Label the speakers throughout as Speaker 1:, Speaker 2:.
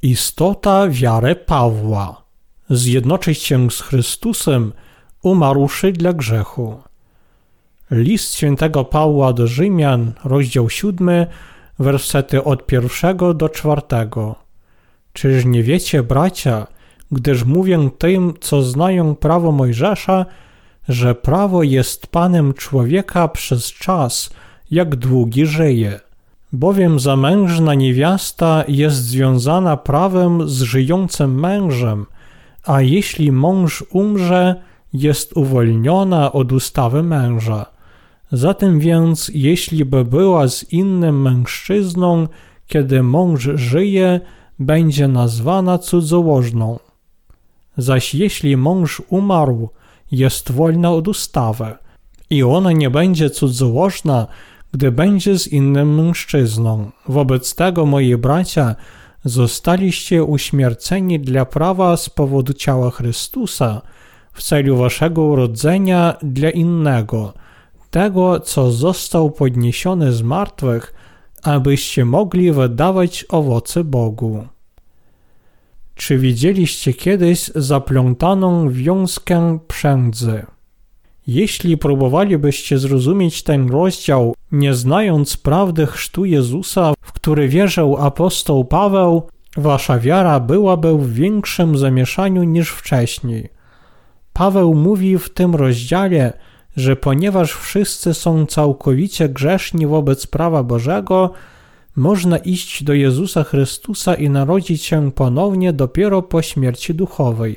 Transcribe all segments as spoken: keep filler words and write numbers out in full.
Speaker 1: Istota wiary Pawła. Zjednoczyć się z Chrystusem, umarłszy dla grzechu. List świętego Pawła do Rzymian, rozdział siódmy, wersety od pierwszego do czwartego. Czyż nie wiecie, bracia, gdyż mówię tym, co znają prawo Mojżesza, że prawo jest panem człowieka przez czas, jak długi żyje. Bowiem zamężna niewiasta jest związana prawem z żyjącym mężem, a jeśli mąż umrze, jest uwolniona od ustawy męża. Zatem więc, jeśli by była z innym mężczyzną, kiedy mąż żyje, będzie nazwana cudzołożną. Zaś jeśli mąż umarł, jest wolna od ustawy i ona nie będzie cudzołożna, gdy będzie z innym mężczyzną. Wobec tego, moi bracia, zostaliście uśmierceni dla prawa z powodu ciała Chrystusa, w celu waszego urodzenia dla innego, tego, co został podniesiony z martwych, abyście mogli wydawać owoce Bogu. Czy widzieliście kiedyś zaplątaną wiązkę przędzy? Jeśli próbowalibyście zrozumieć ten rozdział, nie znając prawdy chrztu Jezusa, w który wierzył apostoł Paweł, wasza wiara byłaby w większym zamieszaniu niż wcześniej. Paweł mówi w tym rozdziale, że ponieważ wszyscy są całkowicie grzeszni wobec prawa Bożego, można iść do Jezusa Chrystusa i narodzić się ponownie dopiero po śmierci duchowej.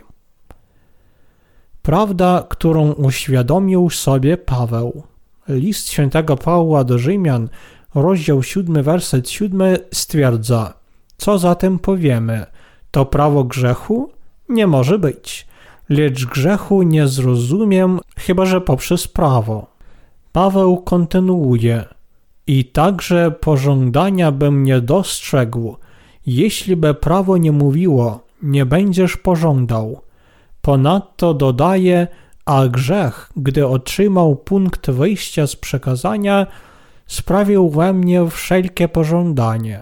Speaker 1: Prawda, którą uświadomił sobie Paweł. List świętego Pawła do Rzymian, rozdział siódmy, werset siódmy stwierdza: co zatem powiemy? To prawo grzechu? Nie może być. Lecz grzechu nie zrozumiem, chyba że poprzez prawo. Paweł kontynuuje: i także pożądania bym nie dostrzegł, jeśli by prawo nie mówiło, nie będziesz pożądał. Ponadto dodaje, a grzech, gdy otrzymał punkt wyjścia z przekazania, sprawił we mnie wszelkie pożądanie.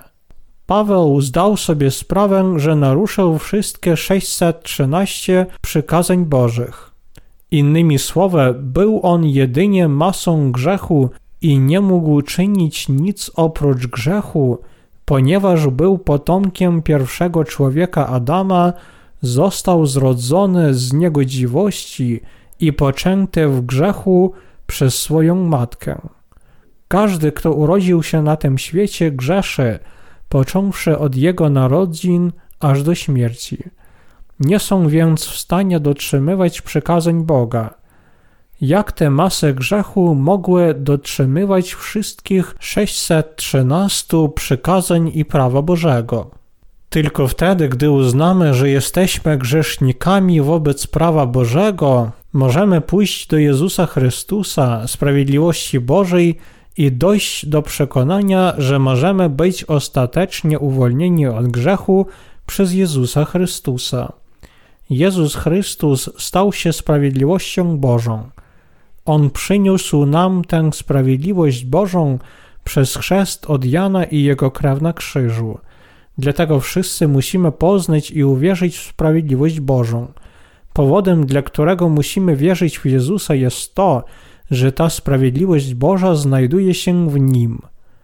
Speaker 1: Paweł zdał sobie sprawę, że naruszył wszystkie sześćset trzynaście przykazań Bożych. Innymi słowy, był on jedynie masą grzechu i nie mógł czynić nic oprócz grzechu, ponieważ był potomkiem pierwszego człowieka Adama, został zrodzony z niegodziwości i poczęty w grzechu przez swoją matkę. Każdy, kto urodził się na tym świecie, grzeszy, począwszy od jego narodzin aż do śmierci. Nie są więc w stanie dotrzymywać przykazań Boga. Jak te masy grzechu mogły dotrzymywać wszystkich sześćset trzynastu przykazań i prawa Bożego? Tylko wtedy, gdy uznamy, że jesteśmy grzesznikami wobec prawa Bożego, możemy pójść do Jezusa Chrystusa, sprawiedliwości Bożej i dojść do przekonania, że możemy być ostatecznie uwolnieni od grzechu przez Jezusa Chrystusa. Jezus Chrystus stał się sprawiedliwością Bożą. On przyniósł nam tę sprawiedliwość Bożą przez chrzest od Jana i jego krew na krzyżu. Dlatego wszyscy musimy poznać i uwierzyć w sprawiedliwość Bożą. Powodem, dla którego musimy wierzyć w Jezusa, jest to, że ta sprawiedliwość Boża znajduje się w Nim.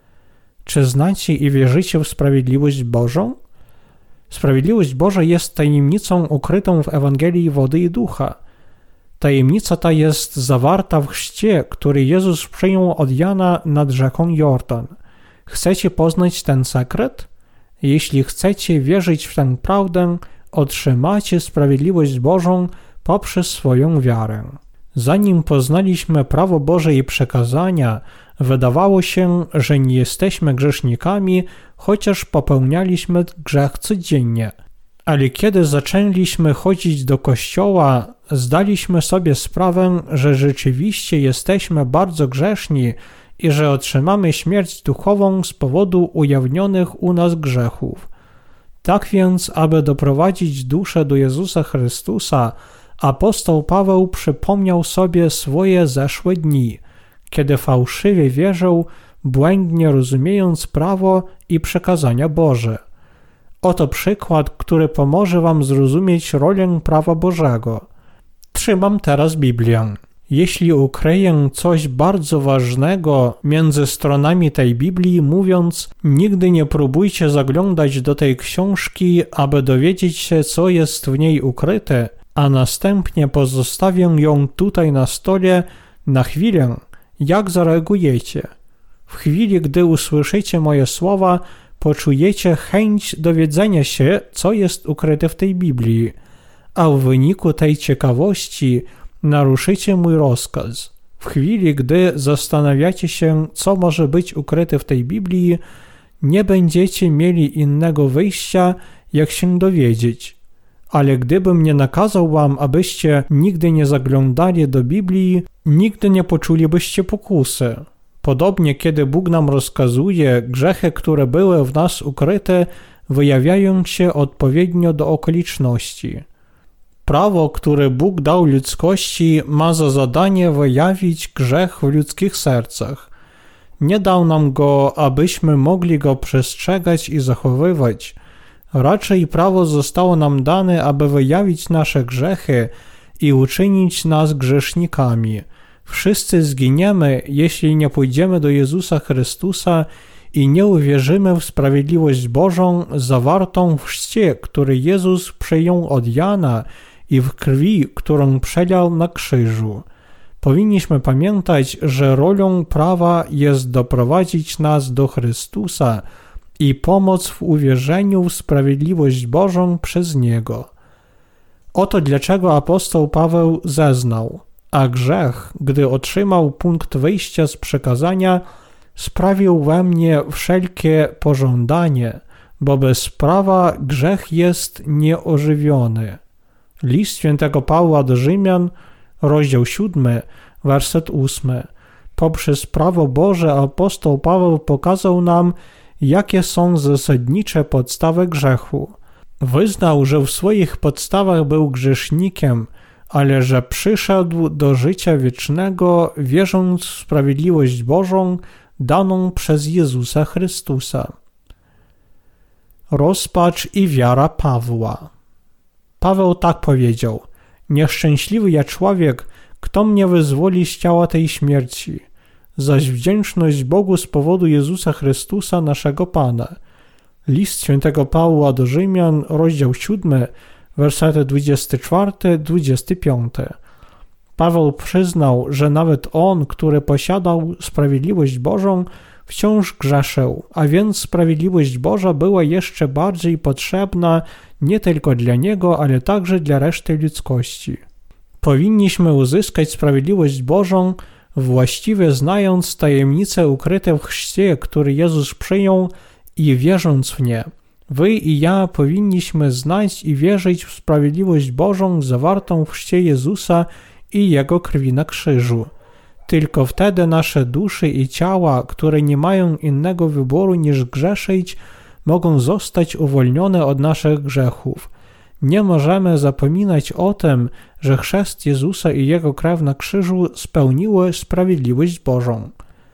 Speaker 1: Czy znacie i wierzycie w sprawiedliwość Bożą? Sprawiedliwość Boża jest tajemnicą ukrytą w Ewangelii wody i ducha. Tajemnica ta jest zawarta w chrzcie, który Jezus przyjął od Jana nad rzeką Jordan. Chcecie poznać ten sekret? Jeśli chcecie wierzyć w tę prawdę, otrzymacie sprawiedliwość Bożą poprzez swoją wiarę. Zanim poznaliśmy prawo Boże i przekazania, wydawało się, że nie jesteśmy grzesznikami, chociaż popełnialiśmy grzech codziennie. Ale kiedy zaczęliśmy chodzić do kościoła, zdaliśmy sobie sprawę, że rzeczywiście jesteśmy bardzo grzeszni i że otrzymamy śmierć duchową z powodu ujawnionych u nas grzechów. Tak więc, aby doprowadzić duszę do Jezusa Chrystusa, apostoł Paweł przypomniał sobie swoje zeszłe dni, kiedy fałszywie wierzył, błędnie rozumiejąc prawo i przekazania Boże. Oto przykład, który pomoże wam zrozumieć rolę prawa Bożego. Trzymam teraz Biblię. Jeśli ukryję coś bardzo ważnego między stronami tej Biblii, mówiąc, nigdy nie próbujcie zaglądać do tej książki, aby dowiedzieć się, co jest w niej ukryte, a następnie pozostawię ją tutaj na stole na chwilę, jak zareagujecie? W chwili, gdy usłyszycie moje słowa, poczujecie chęć dowiedzenia się, co jest ukryte w tej Biblii, a w wyniku tej ciekawości naruszycie mój rozkaz. W chwili, gdy zastanawiacie się, co może być ukryte w tej Biblii, nie będziecie mieli innego wyjścia, jak się dowiedzieć. Ale gdybym nie nakazał wam, abyście nigdy nie zaglądali do Biblii, nigdy nie poczulibyście pokusy. Podobnie, kiedy Bóg nam rozkazuje, grzechy, które były w nas ukryte, wyjawiają się odpowiednio do okoliczności. Prawo, które Bóg dał ludzkości, ma za zadanie wyjawić grzech w ludzkich sercach. Nie dał nam go, abyśmy mogli go przestrzegać i zachowywać. Raczej prawo zostało nam dane, aby wyjawić nasze grzechy i uczynić nas grzesznikami. Wszyscy zginiemy, jeśli nie pójdziemy do Jezusa Chrystusa i nie uwierzymy w sprawiedliwość Bożą zawartą w chrzcie, który Jezus przyjął od Jana i w krwi, którą przelał na krzyżu. Powinniśmy pamiętać, że rolą prawa jest doprowadzić nas do Chrystusa i pomoc w uwierzeniu w sprawiedliwość Bożą przez Niego. Oto dlaczego apostoł Paweł zeznał: a grzech, gdy otrzymał punkt wyjścia z przekazania, sprawił we mnie wszelkie pożądanie, bo bez prawa grzech jest nieożywiony. List świętego Pawła do Rzymian, rozdział siódmy, werset ósmy. Poprzez prawo Boże apostoł Paweł pokazał nam, jakie są zasadnicze podstawy grzechu. Wyznał, że w swoich podstawach był grzesznikiem, ale że przyszedł do życia wiecznego, wierząc w sprawiedliwość Bożą daną przez Jezusa Chrystusa. Rozpacz i wiara Pawła. Paweł tak powiedział: nieszczęśliwy ja człowiek, kto mnie wyzwoli z ciała tej śmierci, zaś wdzięczność Bogu z powodu Jezusa Chrystusa, naszego Pana. List świętego Pawła do Rzymian, rozdział siódmy, wersety dwudziesty czwarty do dwudziestego piątego. Paweł przyznał, że nawet on, który posiadał sprawiedliwość Bożą, wciąż grzeszył, a więc sprawiedliwość Boża była jeszcze bardziej potrzebna nie tylko dla niego, ale także dla reszty ludzkości. Powinniśmy uzyskać sprawiedliwość Bożą, właściwie znając tajemnice ukryte w chrzcie, który Jezus przyjął, i wierząc w nie. Wy i ja powinniśmy znać i wierzyć w sprawiedliwość Bożą zawartą w chrzcie Jezusa i Jego krwi na krzyżu. Tylko wtedy nasze dusze i ciała, które nie mają innego wyboru niż grzeszyć, mogą zostać uwolnione od naszych grzechów. Nie możemy zapominać o tym, że chrzest Jezusa i Jego krew na krzyżu spełniły sprawiedliwość Bożą.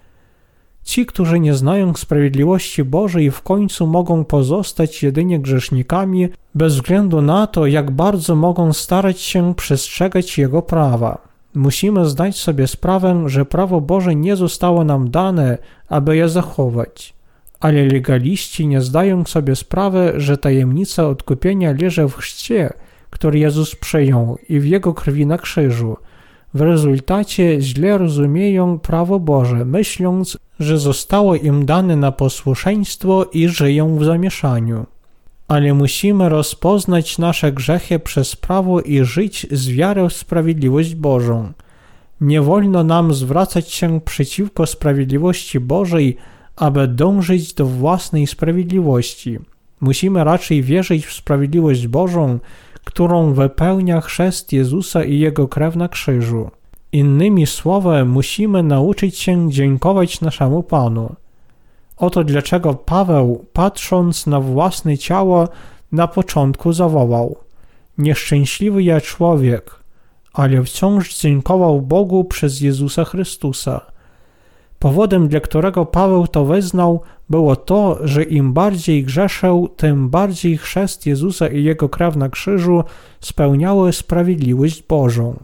Speaker 1: Ci, którzy nie znają sprawiedliwości Bożej, w końcu mogą pozostać jedynie grzesznikami, bez względu na to, jak bardzo mogą starać się przestrzegać Jego prawa. Musimy zdać sobie sprawę, że prawo Boże nie zostało nam dane, aby je zachować. Ale legaliści nie zdają sobie sprawy, że tajemnica odkupienia leży w chrzcie, który Jezus przyjął, i w Jego krwi na krzyżu. W rezultacie źle rozumieją prawo Boże, myśląc, że zostało im dane na posłuszeństwo i żyją w zamieszaniu. Ale musimy rozpoznać nasze grzechy przez prawo i żyć z wiarą w sprawiedliwość Bożą. Nie wolno nam zwracać się przeciwko sprawiedliwości Bożej, aby dążyć do własnej sprawiedliwości. Musimy raczej wierzyć w sprawiedliwość Bożą, którą wypełnia chrzest Jezusa i Jego krew na krzyżu. Innymi słowy, musimy nauczyć się dziękować naszemu Panu. Oto dlaczego Paweł, patrząc na własne ciało, na początku zawołał: nieszczęśliwy ja człowiek, ale wciąż dziękował Bogu przez Jezusa Chrystusa. Powodem, dla którego Paweł to wyznał, było to, że im bardziej grzeszył, tym bardziej chrzest Jezusa i Jego krew na krzyżu spełniały sprawiedliwość Bożą.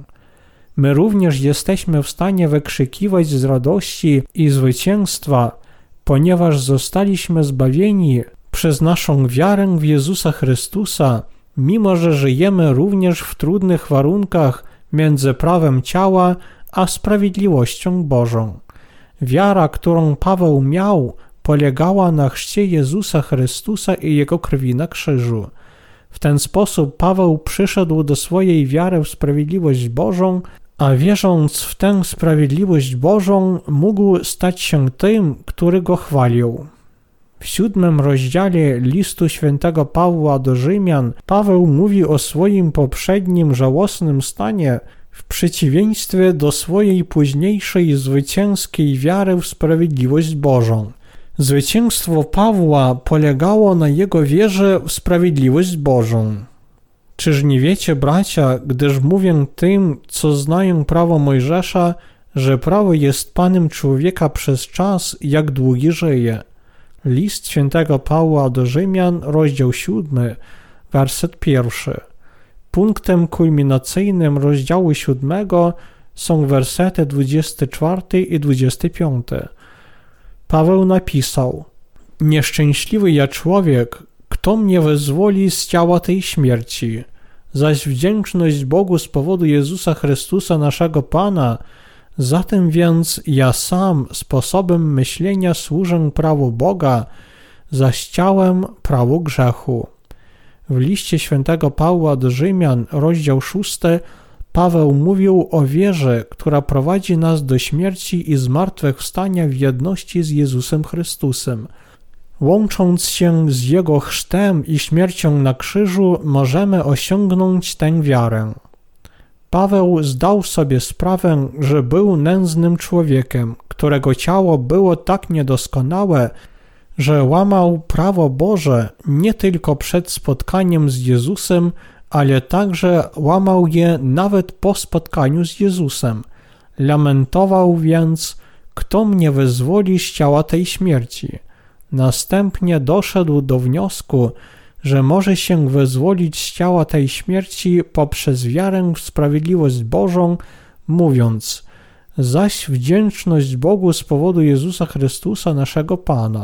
Speaker 1: My również jesteśmy w stanie wykrzykiwać z radości i zwycięstwa, ponieważ zostaliśmy zbawieni przez naszą wiarę w Jezusa Chrystusa, mimo że żyjemy również w trudnych warunkach między prawem ciała a sprawiedliwością Bożą. Wiara, którą Paweł miał, polegała na chrzcie Jezusa Chrystusa i Jego krwi na krzyżu. W ten sposób Paweł przyszedł do swojej wiary w sprawiedliwość Bożą, a wierząc w tę sprawiedliwość Bożą, mógł stać się tym, który Go chwalił. W siódmym rozdziale listu świętego Pawła do Rzymian Paweł mówi o swoim poprzednim żałosnym stanie w przeciwieństwie do swojej późniejszej zwycięskiej wiary w sprawiedliwość Bożą. Zwycięstwo Pawła polegało na jego wierze w sprawiedliwość Bożą. Czyż nie wiecie, bracia, gdyż mówię tym, co znają prawo Mojżesza, że prawo jest panem człowieka przez czas, jak długi żyje. List świętego Pawła do Rzymian, rozdział siódmy, werset pierwszy. Punktem kulminacyjnym rozdziału siódmego są wersety dwudziesty czwarty i dwudziesty piąty. Paweł napisał: Nieszczęśliwy ja człowiek, kto mnie wyzwoli z ciała tej śmierci? Zaś wdzięczność Bogu z powodu Jezusa Chrystusa naszego Pana, zatem więc ja sam sposobem myślenia służę prawu Boga, zaś ciałem prawu grzechu. W liście świętego Pawła do Rzymian, rozdział szósty, Paweł mówił o wierze, która prowadzi nas do śmierci i zmartwychwstania w jedności z Jezusem Chrystusem. Łącząc się z Jego chrztem i śmiercią na krzyżu, możemy osiągnąć tę wiarę. Paweł zdał sobie sprawę, że był nędznym człowiekiem, którego ciało było tak niedoskonałe, że łamał prawo Boże nie tylko przed spotkaniem z Jezusem, ale także łamał je nawet po spotkaniu z Jezusem. Lamentował więc: kto mnie wyzwoli z ciała tej śmierci? Następnie doszedł do wniosku, że może się wyzwolić z ciała tej śmierci poprzez wiarę w sprawiedliwość Bożą, mówiąc: zaś wdzięczność Bogu z powodu Jezusa Chrystusa naszego Pana.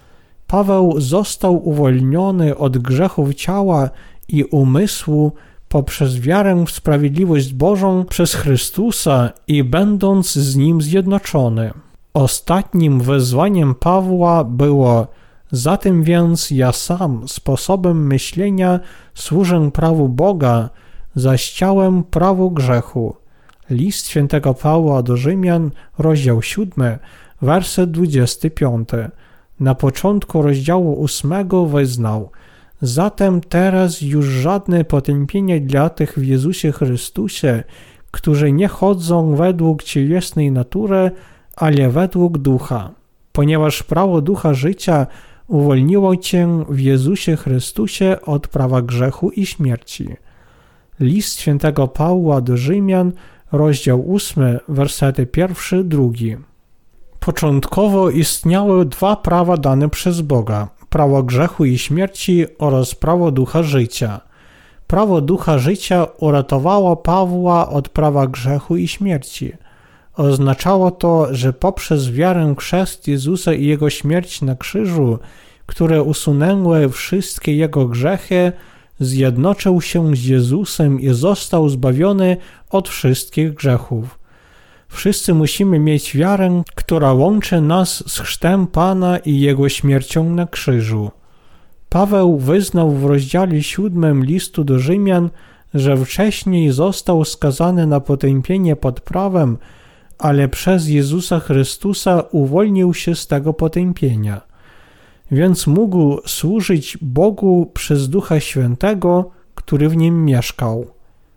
Speaker 1: Paweł został uwolniony od grzechów ciała i umysłu poprzez wiarę w sprawiedliwość Bożą przez Chrystusa i będąc z Nim zjednoczony. Ostatnim wezwaniem Pawła było: zatem więc ja sam sposobem myślenia służę prawu Boga, zaś ciałem prawu grzechu. List świętego Pawła do Rzymian, rozdział siódmy, werset dwudziesty piąty. Na początku rozdziału ósmego wyznał: zatem teraz już żadne potępienie dla tych w Jezusie Chrystusie, którzy nie chodzą według cielesnej natury, ale według ducha, ponieważ prawo ducha życia uwolniło cię w Jezusie Chrystusie od prawa grzechu i śmierci. List świętego Pawła do Rzymian, rozdział ósmy, wersety pierwszy, drugi. Początkowo istniały dwa prawa dane przez Boga: prawo grzechu i śmierci oraz prawo ducha życia. Prawo ducha życia uratowało Pawła od prawa grzechu i śmierci. Oznaczało to, że poprzez wiarę w chrzest Jezusa i Jego śmierć na krzyżu, które usunęły wszystkie jego grzechy, zjednoczył się z Jezusem i został zbawiony od wszystkich grzechów. Wszyscy musimy mieć wiarę, która łączy nas z chrztem Pana i Jego śmiercią na krzyżu. Paweł wyznał w rozdziale siódmym listu do Rzymian, że wcześniej został skazany na potępienie pod prawem, ale przez Jezusa Chrystusa uwolnił się z tego potępienia. Więc mógł służyć Bogu przez Ducha Świętego, który w nim mieszkał.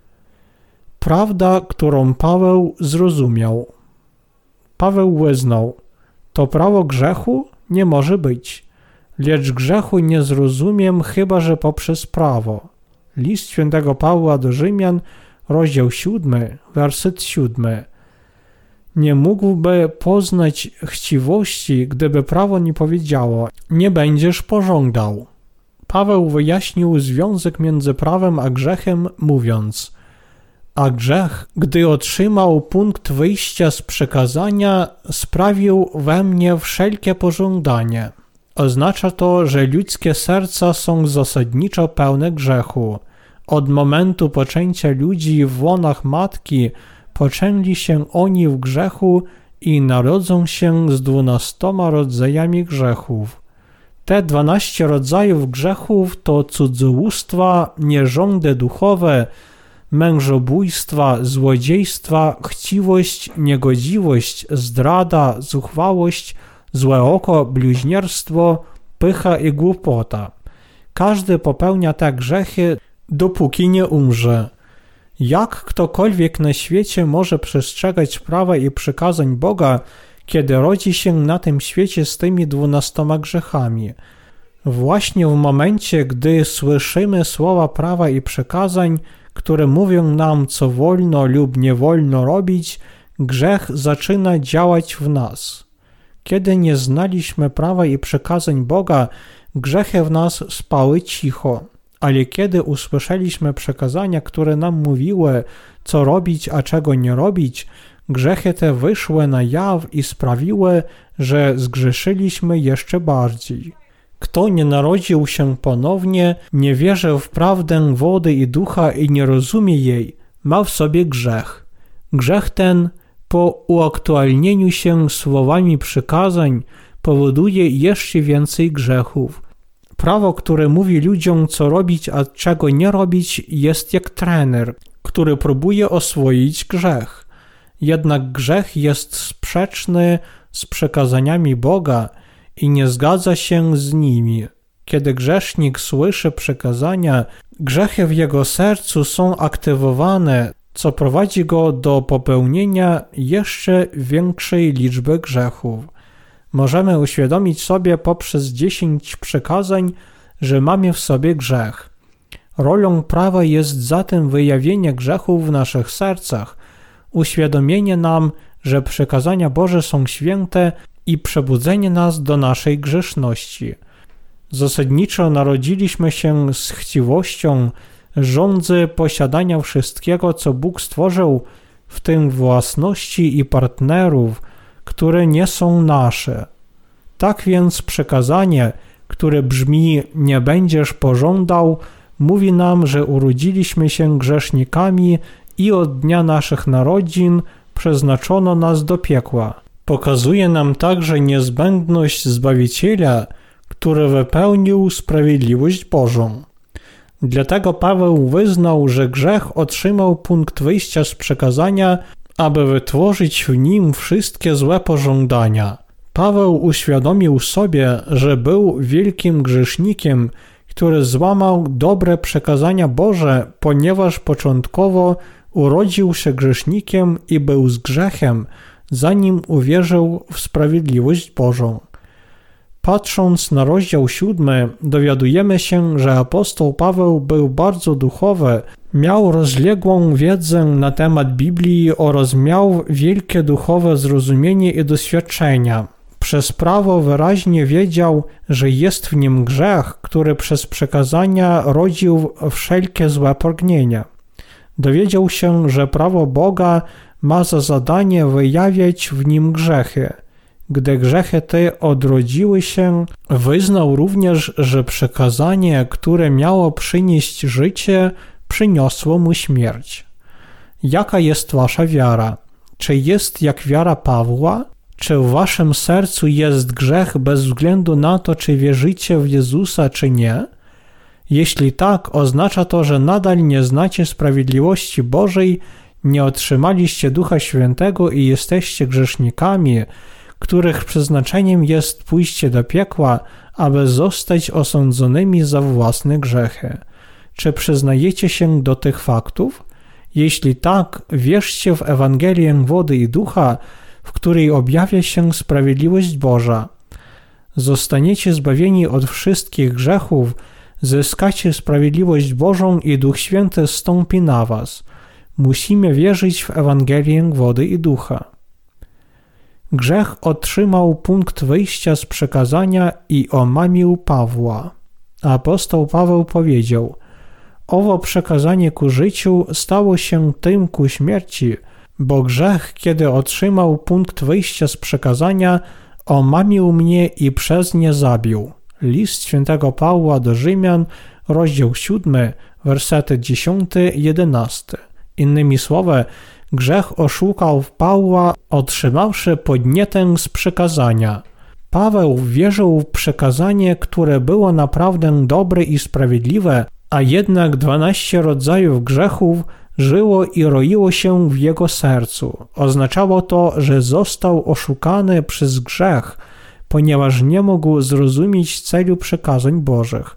Speaker 1: Prawda, którą Paweł zrozumiał. Paweł wyznał: to prawo grzechu nie może być, lecz grzechu nie zrozumiem, chyba że poprzez prawo. List świętego Pawła do Rzymian, rozdział siódmy, werset siódmy. nie mógłby poznać chciwości, gdyby prawo nie powiedziało: nie będziesz pożądał. Paweł wyjaśnił związek między prawem a grzechem, mówiąc: a grzech, gdy otrzymał punkt wyjścia z przekazania, sprawił we mnie wszelkie pożądanie. Oznacza to, że ludzkie serca są zasadniczo pełne grzechu. Od momentu poczęcia ludzi w łonach matki poczęli się oni w grzechu i narodzą się z dwunastoma rodzajami grzechów. Te dwanaście rodzajów grzechów to cudzołóstwa, nierządy duchowe, mężobójstwa, złodziejstwa, chciwość, niegodziwość, zdrada, zuchwałość, złe oko, bluźnierstwo, pycha i głupota. Każdy popełnia te grzechy, dopóki nie umrze. Jak ktokolwiek na świecie może przestrzegać prawa i przykazań Boga, kiedy rodzi się na tym świecie z tymi dwunastoma grzechami? Właśnie w momencie, gdy słyszymy słowa prawa i przykazań, które mówią nam, co wolno lub nie wolno robić, grzech zaczyna działać w nas. Kiedy nie znaliśmy prawa i przykazań Boga, grzechy w nas spały cicho, ale kiedy usłyszeliśmy przekazania, które nam mówiły, co robić, a czego nie robić, grzechy te wyszły na jaw i sprawiły, że zgrzeszyliśmy jeszcze bardziej. Kto nie narodził się ponownie, nie wierzy w prawdę wody i ducha i nie rozumie jej, ma w sobie grzech. Grzech ten, po uaktualnieniu się słowami przykazań, powoduje jeszcze więcej grzechów. Prawo, które mówi ludziom, co robić, a czego nie robić, jest jak trener, który próbuje oswoić grzech. Jednak grzech jest sprzeczny z przekazaniami Boga i nie zgadza się z nimi. Kiedy grzesznik słyszy przekazania, grzechy w jego sercu są aktywowane, co prowadzi go do popełnienia jeszcze większej liczby grzechów. Możemy uświadomić sobie poprzez dziesięć przekazań, że mamy w sobie grzech. Rolą prawa jest zatem wyjawienie grzechów w naszych sercach, uświadomienie nam, że przekazania Boże są święte i przebudzenie nas do naszej grzeszności. Zasadniczo narodziliśmy się z chciwością, żądzy posiadania wszystkiego, co Bóg stworzył, w tym własności i partnerów, które nie są nasze. Tak więc przekazanie, które brzmi: nie będziesz pożądał, mówi nam, że urodziliśmy się grzesznikami i od dnia naszych narodzin przeznaczono nas do piekła. Pokazuje nam także niezbędność Zbawiciela, który wypełnił sprawiedliwość Bożą. Dlatego Paweł wyznał, że grzech otrzymał punkt wyjścia z przekazania, aby wytworzyć w nim wszystkie złe pożądania. Paweł uświadomił sobie, że był wielkim grzesznikiem, który złamał dobre przekazania Boże, ponieważ początkowo urodził się grzesznikiem i był z grzechem, zanim uwierzył w sprawiedliwość Bożą. Patrząc na rozdział siódmy, dowiadujemy się, że apostoł Paweł był bardzo duchowy, miał rozległą wiedzę na temat Biblii oraz miał wielkie duchowe zrozumienie i doświadczenia. Przez prawo wyraźnie wiedział, że jest w nim grzech, który przez przekazania rodził wszelkie złe pragnienia. Dowiedział się, że prawo Boga ma za zadanie wyjawiać w nim grzechy. Gdy grzechy te odrodziły się, wyznał również, że przekazanie, które miało przynieść życie, przyniosło mu śmierć. Jaka jest wasza wiara? Czy jest jak wiara Pawła? Czy w waszym sercu jest grzech bez względu na to, czy wierzycie w Jezusa, czy nie? Jeśli tak, oznacza to, że nadal nie znacie sprawiedliwości Bożej, nie otrzymaliście Ducha Świętego i jesteście grzesznikami, których przeznaczeniem jest pójście do piekła, aby zostać osądzonymi za własne grzechy. Czy przyznajecie się do tych faktów? Jeśli tak, wierzcie w Ewangelię wody i ducha, w której objawia się sprawiedliwość Boża. Zostaniecie zbawieni od wszystkich grzechów, zyskacie sprawiedliwość Bożą i Duch Święty zstąpi na was. Musimy wierzyć w Ewangelię wody i ducha. Grzech otrzymał punkt wyjścia z przekazania i omamił Pawła. Apostoł Paweł powiedział: owo przekazanie ku życiu stało się tym ku śmierci, bo grzech, kiedy otrzymał punkt wyjścia z przekazania, omamił mnie i przez nie zabił. List świętego Pawła do Rzymian, rozdział siódmy, wersety dziesiąty jedenasty. Innymi słowy, grzech oszukał Pawła, otrzymawszy podnietę z przekazania. Paweł wierzył w przekazanie, które było naprawdę dobre i sprawiedliwe, a jednak dwanaście rodzajów grzechów żyło i roiło się w jego sercu. Oznaczało to, że został oszukany przez grzech, ponieważ nie mógł zrozumieć celu przekazań Bożych.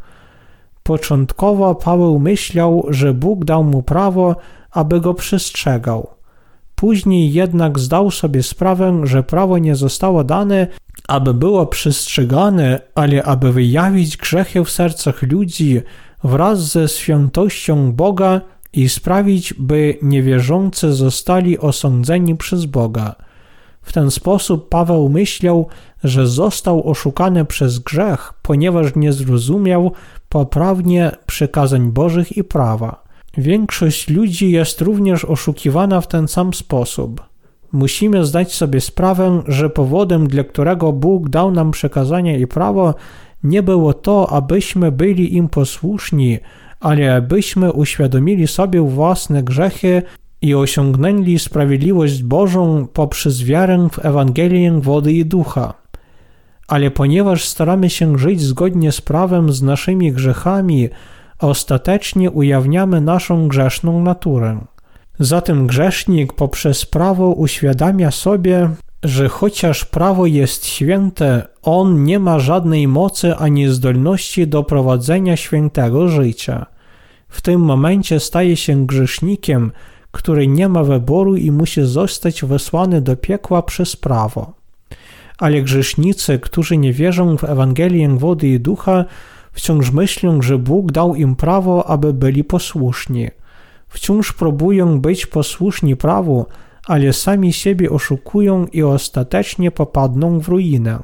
Speaker 1: Początkowo Paweł myślał, że Bóg dał mu prawo, aby go przestrzegał. Później jednak zdał sobie sprawę, że prawo nie zostało dane, aby było przestrzegane, ale aby wyjawić grzechy w sercach ludzi wraz ze świętością Boga i sprawić, by niewierzący zostali osądzeni przez Boga. W ten sposób Paweł myślał, że został oszukany przez grzech, ponieważ nie zrozumiał poprawnie przykazań Bożych i prawa. Większość ludzi jest również oszukiwana w ten sam sposób. Musimy zdać sobie sprawę, że powodem, dla którego Bóg dał nam przekazania i prawo, nie było to, abyśmy byli im posłuszni, ale abyśmy uświadomili sobie własne grzechy i osiągnęli sprawiedliwość Bożą poprzez wiarę w Ewangelię wody i ducha. Ale ponieważ staramy się żyć zgodnie z prawem z naszymi grzechami, ostatecznie ujawniamy naszą grzeszną naturę. Zatem grzesznik poprzez prawo uświadamia sobie, że chociaż prawo jest święte, on nie ma żadnej mocy ani zdolności do prowadzenia świętego życia. W tym momencie staje się grzesznikiem, który nie ma wyboru i musi zostać wysłany do piekła przez prawo. Ale grzesznicy, którzy nie wierzą w Ewangelię wody i ducha, wciąż myślą, że Bóg dał im prawo, aby byli posłuszni. Wciąż próbują być posłuszni prawu, ale sami siebie oszukują i ostatecznie popadną w ruinę.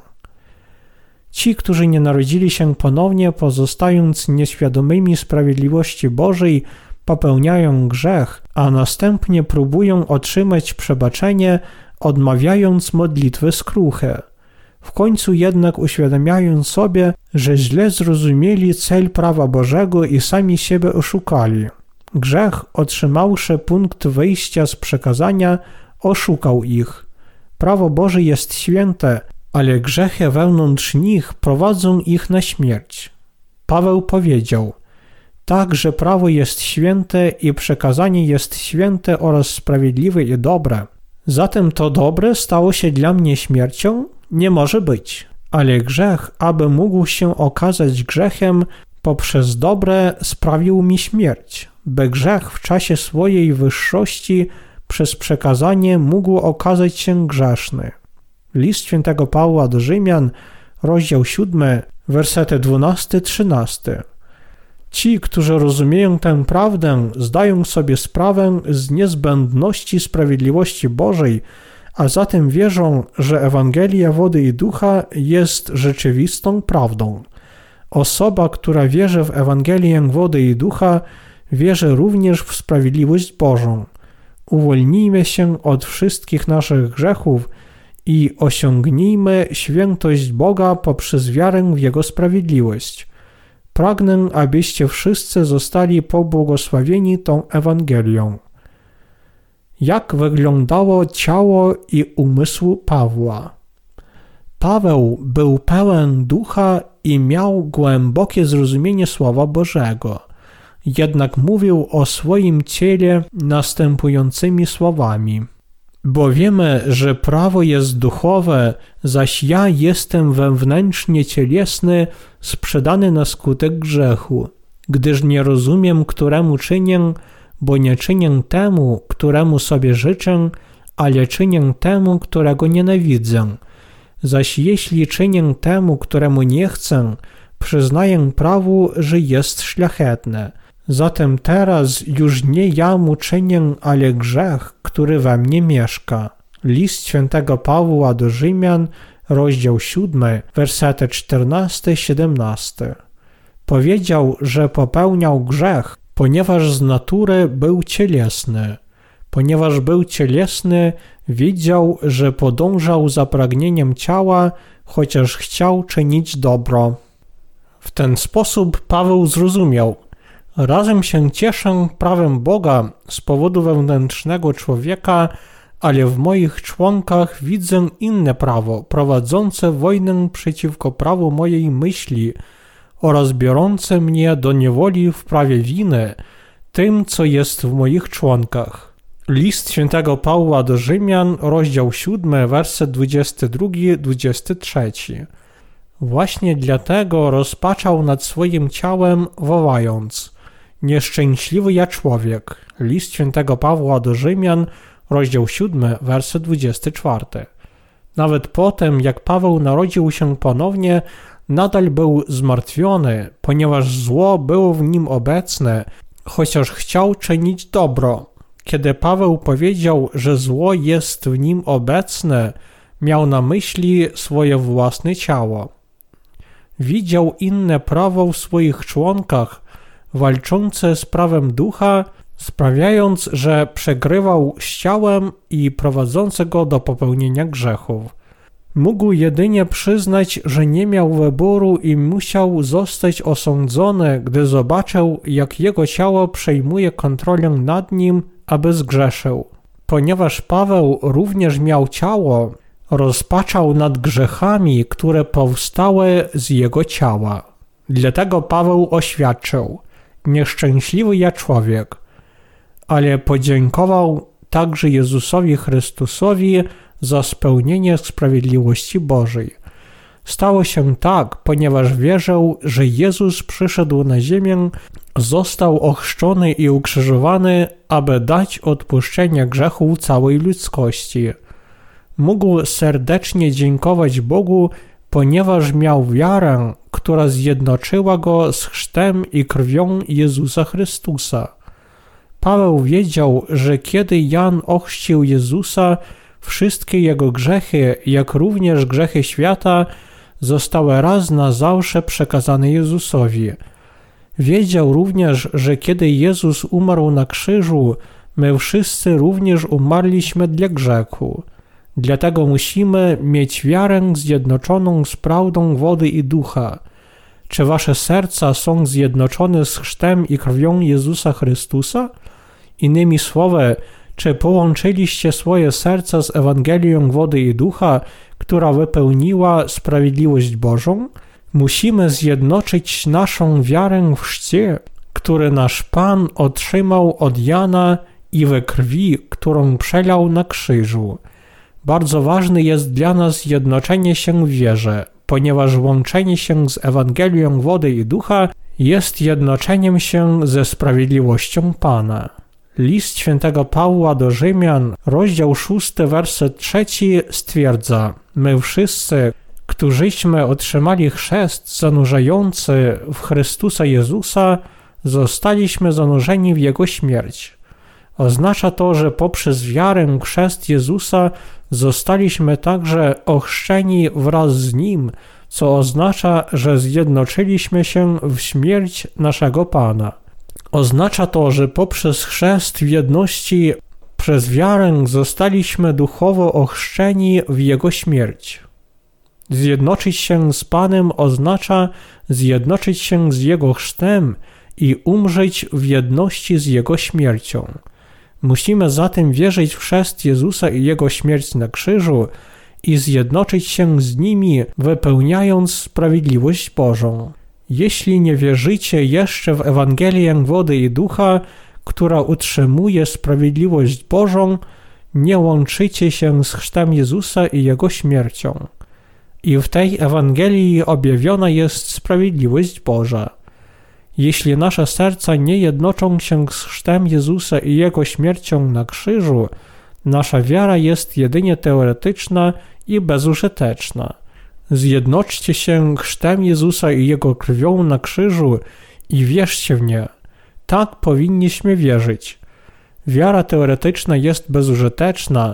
Speaker 1: Ci, którzy nie narodzili się ponownie, pozostając nieświadomymi sprawiedliwości Bożej, popełniają grzech, a następnie próbują otrzymać przebaczenie, odmawiając modlitwy skruchy. W końcu jednak uświadamiają sobie, że źle zrozumieli cel prawa Bożego i sami siebie oszukali. Grzech, otrzymawszy punkt wyjścia z przekazania, oszukał ich. Prawo Boże jest święte, ale grzechy wewnątrz nich prowadzą ich na śmierć. Paweł powiedział: tak, że prawo jest święte i przekazanie jest święte oraz sprawiedliwe i dobre. Zatem to dobre stało się dla mnie śmiercią? Nie może być. Ale grzech, aby mógł się okazać grzechem, poprzez dobre sprawił mi śmierć, by grzech w czasie swojej wyższości przez przekazanie mógł okazać się grzeszny. List świętego Pawła do Rzymian, rozdział siódmy, wersety dwunasty trzynasty. Ci, którzy rozumieją tę prawdę, zdają sobie sprawę z niezbędności sprawiedliwości Bożej, a zatem wierzą, że Ewangelia wody i ducha jest rzeczywistą prawdą. Osoba, która wierzy w Ewangelię wody i ducha, wierzy również w sprawiedliwość Bożą. Uwolnijmy się od wszystkich naszych grzechów i osiągnijmy świętość Boga poprzez wiarę w Jego sprawiedliwość. Pragnę, abyście wszyscy zostali pobłogosławieni tą Ewangelią. Jak wyglądało ciało i umysł Pawła? Paweł był pełen ducha i miał głębokie zrozumienie Słowa Bożego. Jednak mówił o swoim ciele następującymi słowami: bo wiemy, że prawo jest duchowe, zaś ja jestem wewnętrznie cielesny, sprzedany na skutek grzechu, gdyż nie rozumiem, któremu czynię, bo nie czynię temu, któremu sobie życzę, ale czynię temu, którego nienawidzę. Zaś jeśli czynię temu, któremu nie chcę, przyznaję prawu, że jest szlachetne. Zatem teraz już nie ja mu czynię, ale grzech, który we mnie mieszka. List świętego Pawła do Rzymian, rozdział siódmy, wersety czternasty siedemnasty. Powiedział, że popełniał grzech, ponieważ z natury był cielesny. Ponieważ był cielesny, wiedział, że podążał za pragnieniem ciała, chociaż chciał czynić dobro. W ten sposób Paweł zrozumiał: razem się cieszę prawem Boga z powodu wewnętrznego człowieka, ale w moich członkach widzę inne prawo, prowadzące wojnę przeciwko prawu mojej myśli oraz biorące mnie do niewoli w prawie winy, tym, co jest w moich członkach. List świętego Pawła do Rzymian, rozdział siódmy, werset dwudziesty drugi dwudziesty trzeci. Właśnie dlatego rozpaczał nad swoim ciałem, wołając: nieszczęśliwy ja człowiek. List świętego Pawła do Rzymian, rozdział siódmy, werset dwudziesty czwarty. Nawet potem, jak Paweł narodził się ponownie, nadal był zmartwiony, ponieważ zło było w nim obecne, chociaż chciał czynić dobro. Kiedy Paweł powiedział, że zło jest w nim obecne, miał na myśli swoje własne ciało. Widział inne prawo w swoich członkach, walczące z prawem ducha, sprawiając, że przegrywał z ciałem i prowadzące go do popełnienia grzechów. Mógł jedynie przyznać, że nie miał wyboru i musiał zostać osądzony, gdy zobaczył, jak jego ciało przejmuje kontrolę nad nim, aby zgrzeszył. Ponieważ Paweł również miał ciało, rozpaczał nad grzechami, które powstały z jego ciała. Dlatego Paweł oświadczył: nieszczęśliwy ja człowiek, ale podziękował także Jezusowi Chrystusowi za spełnienie sprawiedliwości Bożej. Stało się tak, ponieważ wierzył, że Jezus przyszedł na ziemię, został ochrzczony i ukrzyżowany, aby dać odpuszczenie grzechu całej ludzkości. Mógł serdecznie dziękować Bogu, ponieważ miał wiarę, która zjednoczyła go z chrztem i krwią Jezusa Chrystusa. Paweł wiedział, że kiedy Jan ochrzcił Jezusa, wszystkie jego grzechy, jak również grzechy świata, zostały raz na zawsze przekazane Jezusowi. Wiedział również, że kiedy Jezus umarł na krzyżu, my wszyscy również umarliśmy dla grzechu. Dlatego musimy mieć wiarę zjednoczoną z prawdą wody i ducha. Czy wasze serca są zjednoczone z chrztem i krwią Jezusa Chrystusa? Innymi słowy, czy połączyliście swoje serca z Ewangelią wody i ducha, która wypełniła sprawiedliwość Bożą? Musimy zjednoczyć naszą wiarę w chrzcie, który nasz Pan otrzymał od Jana, i we krwi, którą przelał na krzyżu. Bardzo ważne jest dla nas zjednoczenie się w wierze, ponieważ łączenie się z Ewangelią wody i ducha jest jednoczeniem się ze sprawiedliwością Pana. List świętego Pawła do Rzymian, rozdział szósty, werset trzeci stwierdza: my wszyscy, którzyśmy otrzymali chrzest zanurzający w Chrystusa Jezusa, zostaliśmy zanurzeni w Jego śmierć. Oznacza to, że poprzez wiarę w chrzest Jezusa zostaliśmy także ochrzczeni wraz z Nim, co oznacza, że zjednoczyliśmy się w śmierć naszego Pana. Oznacza to, że poprzez chrzest w jedności przez wiarę zostaliśmy duchowo ochrzczeni w Jego śmierć. Zjednoczyć się z Panem oznacza zjednoczyć się z Jego chrztem i umrzeć w jedności z Jego śmiercią. Musimy zatem wierzyć w chrzest Jezusa i Jego śmierć na krzyżu i zjednoczyć się z nimi, wypełniając sprawiedliwość Bożą. Jeśli nie wierzycie jeszcze w Ewangelię wody i ducha, która utrzymuje sprawiedliwość Bożą, nie łączycie się z chrztem Jezusa i Jego śmiercią. I w tej Ewangelii objawiona jest sprawiedliwość Boża. Jeśli nasze serca nie jednoczą się z chrztem Jezusa i Jego śmiercią na krzyżu, nasza wiara jest jedynie teoretyczna i bezużyteczna. Zjednoczcie się chrztem Jezusa i Jego krwią na krzyżu i wierzcie w nie. Tak powinniśmy wierzyć. Wiara teoretyczna jest bezużyteczna,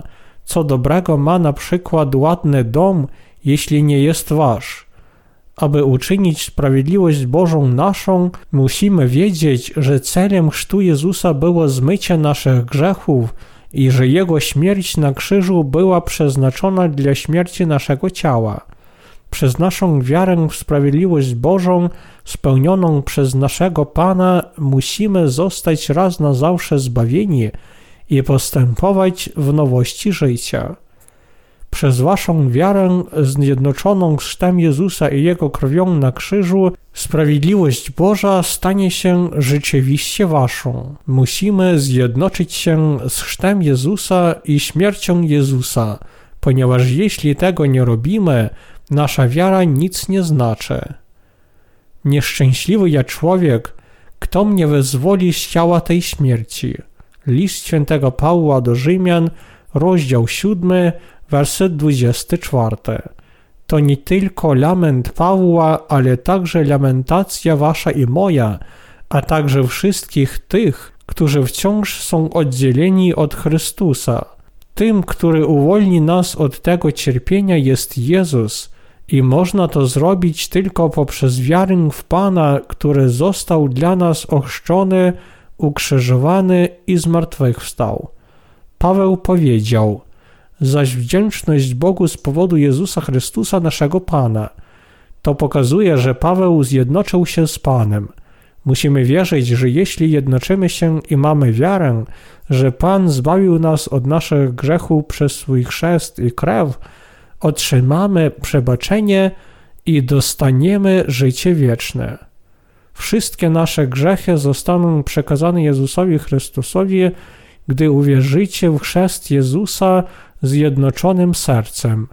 Speaker 1: Co dobrego ma na przykład ładny dom, jeśli nie jest wasz? Aby uczynić sprawiedliwość Bożą naszą, musimy wiedzieć, że celem chrztu Jezusa było zmycie naszych grzechów i że Jego śmierć na krzyżu była przeznaczona dla śmierci naszego ciała. Przez naszą wiarę w sprawiedliwość Bożą spełnioną przez naszego Pana musimy zostać raz na zawsze zbawieni i postępować w nowości życia. Przez waszą wiarę zjednoczoną z chrztem Jezusa i Jego krwią na krzyżu, sprawiedliwość Boża stanie się rzeczywiście waszą. Musimy zjednoczyć się z chrztem Jezusa i śmiercią Jezusa, ponieważ jeśli tego nie robimy, nasza wiara nic nie znaczy. Nieszczęśliwy ja człowiek, kto mnie wyzwoli z ciała tej śmierci? List świętego Pawła do Rzymian, rozdział siódmy, werset dwudziesty czwarty. To nie tylko lament Pawła, ale także lamentacja wasza i moja, a także wszystkich tych, którzy wciąż są oddzieleni od Chrystusa. Tym, który uwolni nas od tego cierpienia, jest Jezus i można to zrobić tylko poprzez wiarę w Pana, który został dla nas ochrzczony, ukrzyżowany i zmartwychwstał. Paweł powiedział: zaś wdzięczność Bogu z powodu Jezusa Chrystusa naszego Pana. To pokazuje, że Paweł zjednoczył się z Panem. Musimy wierzyć, że jeśli jednoczymy się i mamy wiarę, że Pan zbawił nas od naszych grzechów przez swój chrzest i krew, otrzymamy przebaczenie i dostaniemy życie wieczne. Wszystkie nasze grzechy zostaną przekazane Jezusowi Chrystusowi, gdy uwierzycie w chrzest Jezusa zjednoczonym sercem.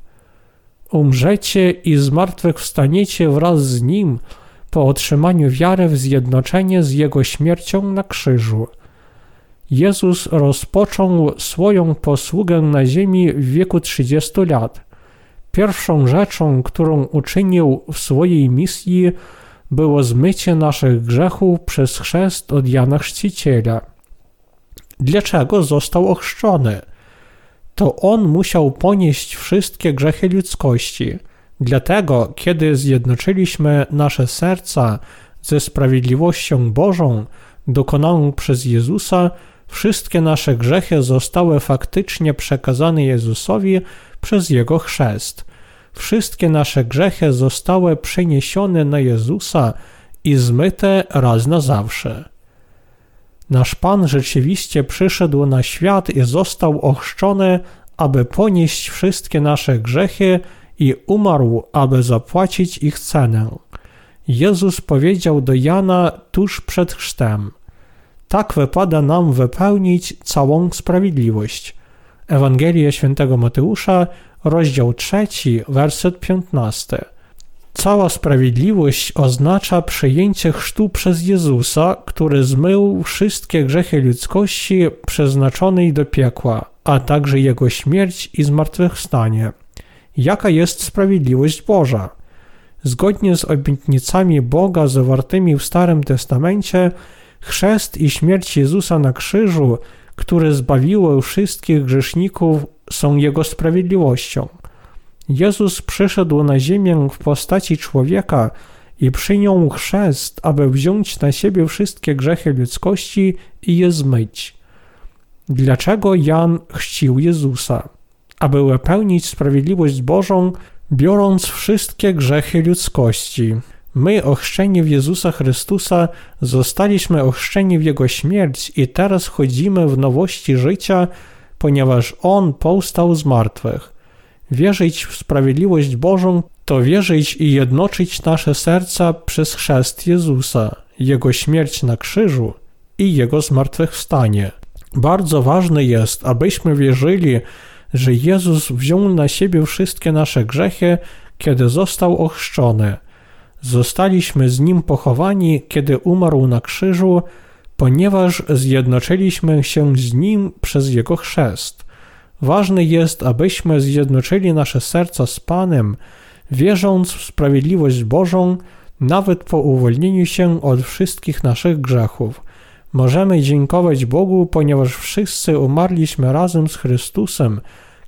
Speaker 1: Umrzecie i zmartwychwstaniecie wraz z Nim po otrzymaniu wiary w zjednoczenie z Jego śmiercią na krzyżu. Jezus rozpoczął swoją posługę na ziemi w wieku trzydziestu lat. Pierwszą rzeczą, którą uczynił w swojej misji, było zmycie naszych grzechów przez chrzest od Jana Chrzciciela. Dlaczego został ochrzczony? To On musiał ponieść wszystkie grzechy ludzkości. Dlatego, kiedy zjednoczyliśmy nasze serca ze sprawiedliwością Bożą, dokonaną przez Jezusa, wszystkie nasze grzechy zostały faktycznie przekazane Jezusowi przez Jego chrzest. Wszystkie nasze grzechy zostały przeniesione na Jezusa i zmyte raz na zawsze. Nasz Pan rzeczywiście przyszedł na świat i został ochrzczony, aby ponieść wszystkie nasze grzechy i umarł, aby zapłacić ich cenę. Jezus powiedział do Jana tuż przed chrztem: tak wypada nam wypełnić całą sprawiedliwość. Ewangelia Świętego Mateusza, rozdział trzeci, werset piętnasty. Cała sprawiedliwość oznacza przyjęcie chrztu przez Jezusa, który zmył wszystkie grzechy ludzkości przeznaczonej do piekła, a także Jego śmierć i zmartwychwstanie. Jaka jest sprawiedliwość Boża? Zgodnie z obietnicami Boga zawartymi w Starym Testamencie, chrzest i śmierć Jezusa na krzyżu, które zbawiły wszystkich grzeszników, są Jego sprawiedliwością. Jezus przyszedł na ziemię w postaci człowieka i przyjął chrzest, aby wziąć na siebie wszystkie grzechy ludzkości i je zmyć. Dlaczego Jan chrzcił Jezusa? Aby wypełnić sprawiedliwość Bożą, biorąc wszystkie grzechy ludzkości. My, ochrzczeni w Jezusa Chrystusa, zostaliśmy ochrzczeni w Jego śmierć i teraz chodzimy w nowości życia, ponieważ On powstał z martwych. Wierzyć w sprawiedliwość Bożą to wierzyć i jednoczyć nasze serca przez chrzest Jezusa, Jego śmierć na krzyżu i Jego zmartwychwstanie. Bardzo ważne jest, abyśmy wierzyli, że Jezus wziął na siebie wszystkie nasze grzechy, kiedy został ochrzczony. Zostaliśmy z Nim pochowani, kiedy umarł na krzyżu, ponieważ zjednoczyliśmy się z Nim przez Jego chrzest. Ważne jest, abyśmy zjednoczyli nasze serca z Panem, wierząc w sprawiedliwość Bożą, nawet po uwolnieniu się od wszystkich naszych grzechów. Możemy dziękować Bogu, ponieważ wszyscy umarliśmy razem z Chrystusem,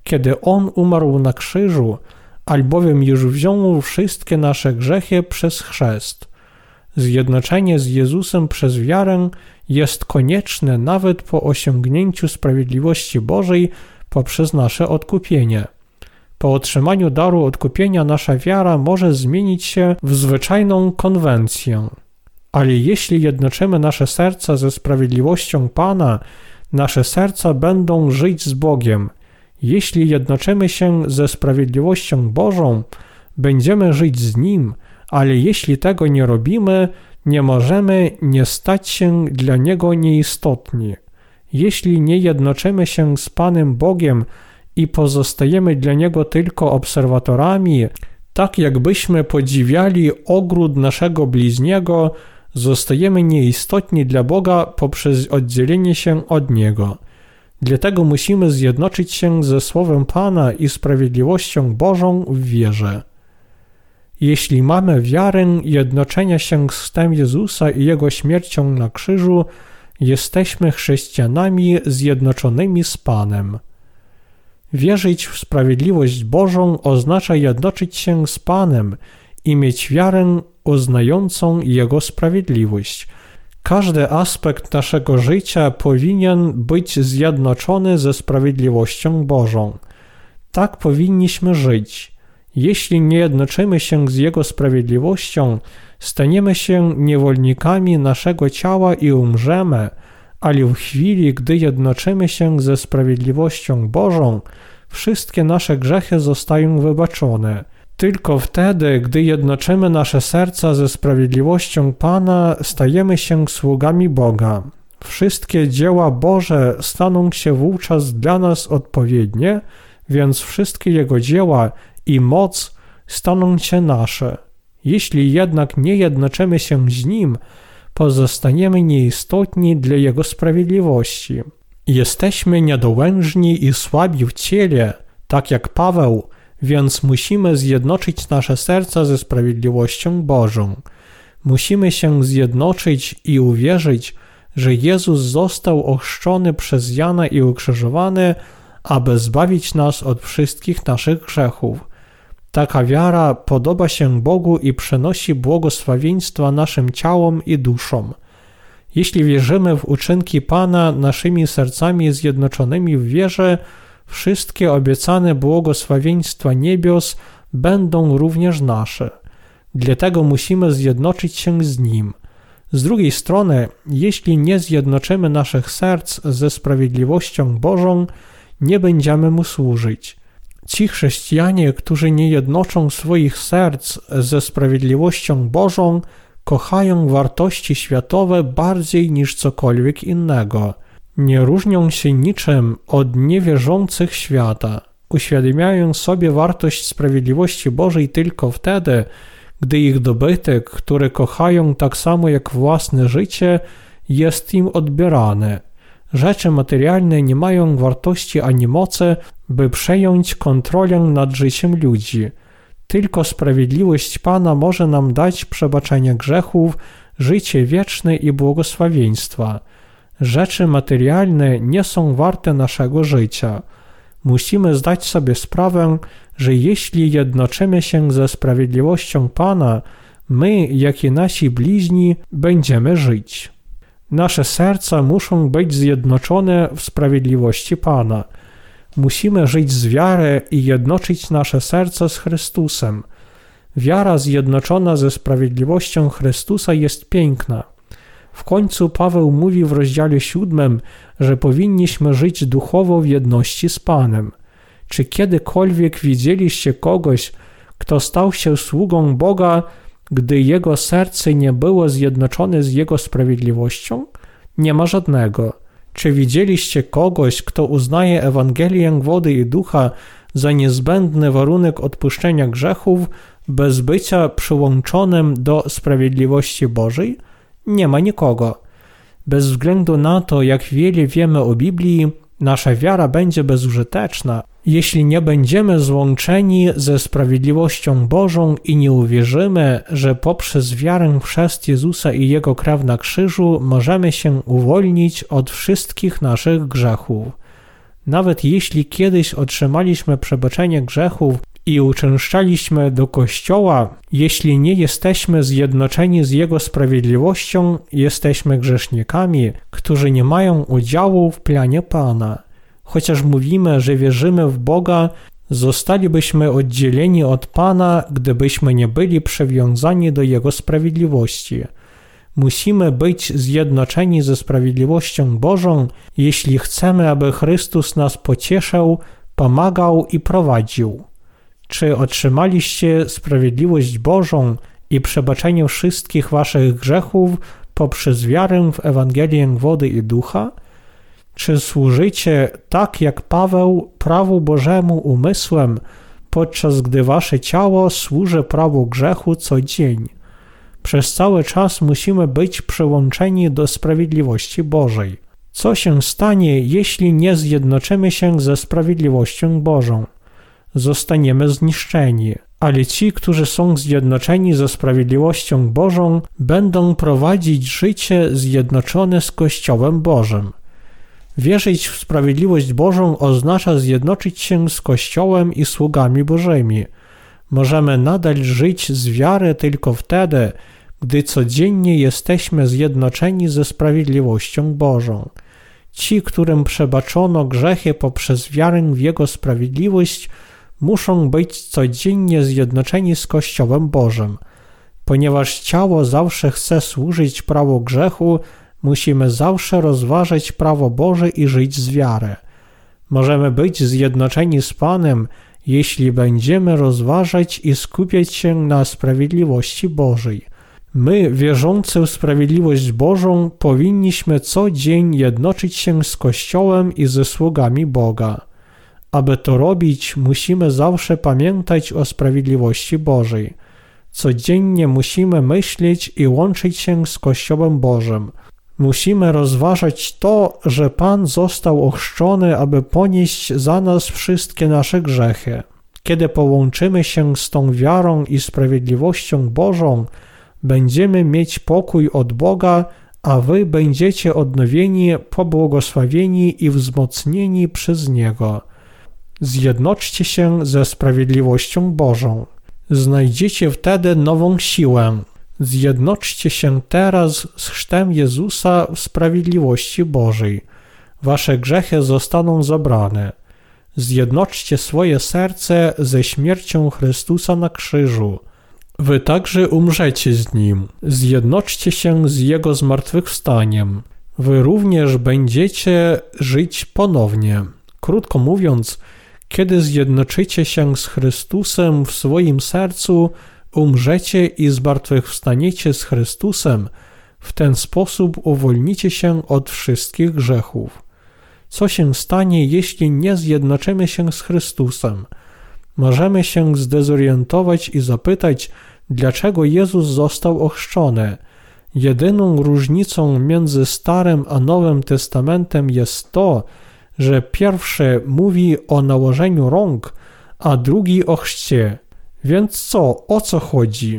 Speaker 1: kiedy On umarł na krzyżu, albowiem już wziął wszystkie nasze grzechy przez chrzest. Zjednoczenie z Jezusem przez wiarę jest konieczne nawet po osiągnięciu sprawiedliwości Bożej poprzez nasze odkupienie. Po otrzymaniu daru odkupienia nasza wiara może zmienić się w zwyczajną konwencję. Ale jeśli jednoczymy nasze serca ze sprawiedliwością Pana, nasze serca będą żyć z Bogiem. Jeśli jednoczymy się ze sprawiedliwością Bożą, będziemy żyć z Nim, ale jeśli tego nie robimy, nie możemy nie stać się dla Niego nieistotni. Jeśli nie jednoczymy się z Panem Bogiem i pozostajemy dla Niego tylko obserwatorami, tak jakbyśmy podziwiali ogród naszego bliźniego, zostajemy nieistotni dla Boga poprzez oddzielenie się od Niego. Dlatego musimy zjednoczyć się ze Słowem Pana i sprawiedliwością Bożą w wierze. Jeśli mamy wiarę jednoczenia się z chrztem Jezusa i Jego śmiercią na krzyżu, jesteśmy chrześcijanami zjednoczonymi z Panem. Wierzyć w sprawiedliwość Bożą oznacza jednoczyć się z Panem i mieć wiarę uznającą Jego sprawiedliwość. Każdy aspekt naszego życia powinien być zjednoczony ze sprawiedliwością Bożą. Tak powinniśmy żyć. Jeśli nie jednoczymy się z Jego sprawiedliwością, staniemy się niewolnikami naszego ciała i umrzemy, ale w chwili, gdy jednoczymy się ze sprawiedliwością Bożą, wszystkie nasze grzechy zostają wybaczone. Tylko wtedy, gdy jednoczymy nasze serca ze sprawiedliwością Pana, stajemy się sługami Boga. Wszystkie dzieła Boże staną się wówczas dla nas odpowiednie, więc wszystkie Jego dzieła i moc staną się nasze. Jeśli jednak nie jednoczymy się z Nim, pozostaniemy nieistotni dla Jego sprawiedliwości. Jesteśmy niedołężni i słabi w ciele, tak jak Paweł, więc musimy zjednoczyć nasze serca ze sprawiedliwością Bożą. Musimy się zjednoczyć i uwierzyć, że Jezus został ochrzczony przez Jana i ukrzyżowany, aby zbawić nas od wszystkich naszych grzechów. Taka wiara podoba się Bogu i przynosi błogosławieństwa naszym ciałom i duszom. Jeśli wierzymy w uczynki Pana naszymi sercami zjednoczonymi w wierze, wszystkie obiecane błogosławieństwa niebios będą również nasze. Dlatego musimy zjednoczyć się z Nim. Z drugiej strony, jeśli nie zjednoczymy naszych serc ze sprawiedliwością Bożą, nie będziemy Mu służyć. Ci chrześcijanie, którzy nie jednoczą swoich serc ze sprawiedliwością Bożą, kochają wartości światowe bardziej niż cokolwiek innego. Nie różnią się niczym od niewierzących świata. Uświadamiają sobie wartość sprawiedliwości Bożej tylko wtedy, gdy ich dobytek, który kochają tak samo jak własne życie, jest im odbierany. Rzeczy materialne nie mają wartości ani mocy, by przejąć kontrolę nad życiem ludzi. Tylko sprawiedliwość Pana może nam dać przebaczenie grzechów, życie wieczne i błogosławieństwa. Rzeczy materialne nie są warte naszego życia. Musimy zdać sobie sprawę, że jeśli jednoczymy się ze sprawiedliwością Pana, my, jak i nasi bliźni, będziemy żyć. Nasze serca muszą być zjednoczone w sprawiedliwości Pana. Musimy żyć z wiary i jednoczyć nasze serca z Chrystusem. Wiara zjednoczona ze sprawiedliwością Chrystusa jest piękna. W końcu Paweł mówi w rozdziale siódmym, że powinniśmy żyć duchowo w jedności z Panem. Czy kiedykolwiek widzieliście kogoś, kto stał się sługą Boga, gdy jego serce nie było zjednoczone z Jego sprawiedliwością? Nie ma żadnego. Czy widzieliście kogoś, kto uznaje Ewangelię wody i ducha za niezbędny warunek odpuszczenia grzechów bez bycia przyłączonym do sprawiedliwości Bożej? Nie ma nikogo. Bez względu na to, jak wiele wiemy o Biblii, nasza wiara będzie bezużyteczna, jeśli nie będziemy złączeni ze sprawiedliwością Bożą i nie uwierzymy, że poprzez wiarę w chrzest Jezusa i Jego krew na krzyżu możemy się uwolnić od wszystkich naszych grzechów. Nawet jeśli kiedyś otrzymaliśmy przebaczenie grzechów i uczęszczaliśmy do Kościoła, jeśli nie jesteśmy zjednoczeni z Jego sprawiedliwością, jesteśmy grzesznikami, którzy nie mają udziału w planie Pana. Chociaż mówimy, że wierzymy w Boga, zostalibyśmy oddzieleni od Pana, gdybyśmy nie byli przywiązani do Jego sprawiedliwości. Musimy być zjednoczeni ze sprawiedliwością Bożą, jeśli chcemy, aby Chrystus nas pocieszał, pomagał i prowadził. Czy otrzymaliście sprawiedliwość Bożą i przebaczenie wszystkich waszych grzechów poprzez wiarę w Ewangelię wody i ducha? Czy służycie, tak jak Paweł, prawu Bożemu umysłem, podczas gdy wasze ciało służy prawu grzechu co dzień? Przez cały czas musimy być przyłączeni do sprawiedliwości Bożej. Co się stanie, jeśli nie zjednoczymy się ze sprawiedliwością Bożą? Zostaniemy zniszczeni, ale ci, którzy są zjednoczeni ze sprawiedliwością Bożą, będą prowadzić życie zjednoczone z Kościołem Bożym. Wierzyć w sprawiedliwość Bożą oznacza zjednoczyć się z Kościołem i sługami Bożymi. Możemy nadal żyć z wiary tylko wtedy, gdy codziennie jesteśmy zjednoczeni ze sprawiedliwością Bożą. Ci, którym przebaczono grzechy poprzez wiarę w Jego sprawiedliwość, muszą być codziennie zjednoczeni z Kościołem Bożym. Ponieważ ciało zawsze chce służyć prawu grzechu, musimy zawsze rozważać prawo Boże i żyć z wiary. Możemy być zjednoczeni z Panem, jeśli będziemy rozważać i skupiać się na sprawiedliwości Bożej. My, wierzący w sprawiedliwość Bożą, powinniśmy co dzień jednoczyć się z Kościołem i ze sługami Boga. Aby to robić, musimy zawsze pamiętać o sprawiedliwości Bożej. Codziennie musimy myśleć i łączyć się z Kościołem Bożym. Musimy rozważać to, że Pan został ochrzczony, aby ponieść za nas wszystkie nasze grzechy. Kiedy połączymy się z tą wiarą i sprawiedliwością Bożą, będziemy mieć pokój od Boga, a wy będziecie odnowieni, pobłogosławieni i wzmocnieni przez Niego. Zjednoczcie się ze sprawiedliwością Bożą. Znajdziecie wtedy nową siłę. Zjednoczcie się teraz z chrztem Jezusa w sprawiedliwości Bożej. Wasze grzechy zostaną zabrane. Zjednoczcie swoje serce ze śmiercią Chrystusa na krzyżu. Wy także umrzecie z Nim. Zjednoczcie się z Jego zmartwychwstaniem. Wy również będziecie żyć ponownie. Krótko mówiąc, kiedy zjednoczycie się z Chrystusem w swoim sercu, umrzecie i zmartwychwstaniecie z Chrystusem, w ten sposób uwolnicie się od wszystkich grzechów. Co się stanie, jeśli nie zjednoczymy się z Chrystusem? Możemy się zdezorientować i zapytać, dlaczego Jezus został ochrzczony. Jedyną różnicą między Starym a Nowym Testamentem jest to, że pierwszy mówi o nałożeniu rąk, a drugi o chrzcie. Więc co, o co chodzi?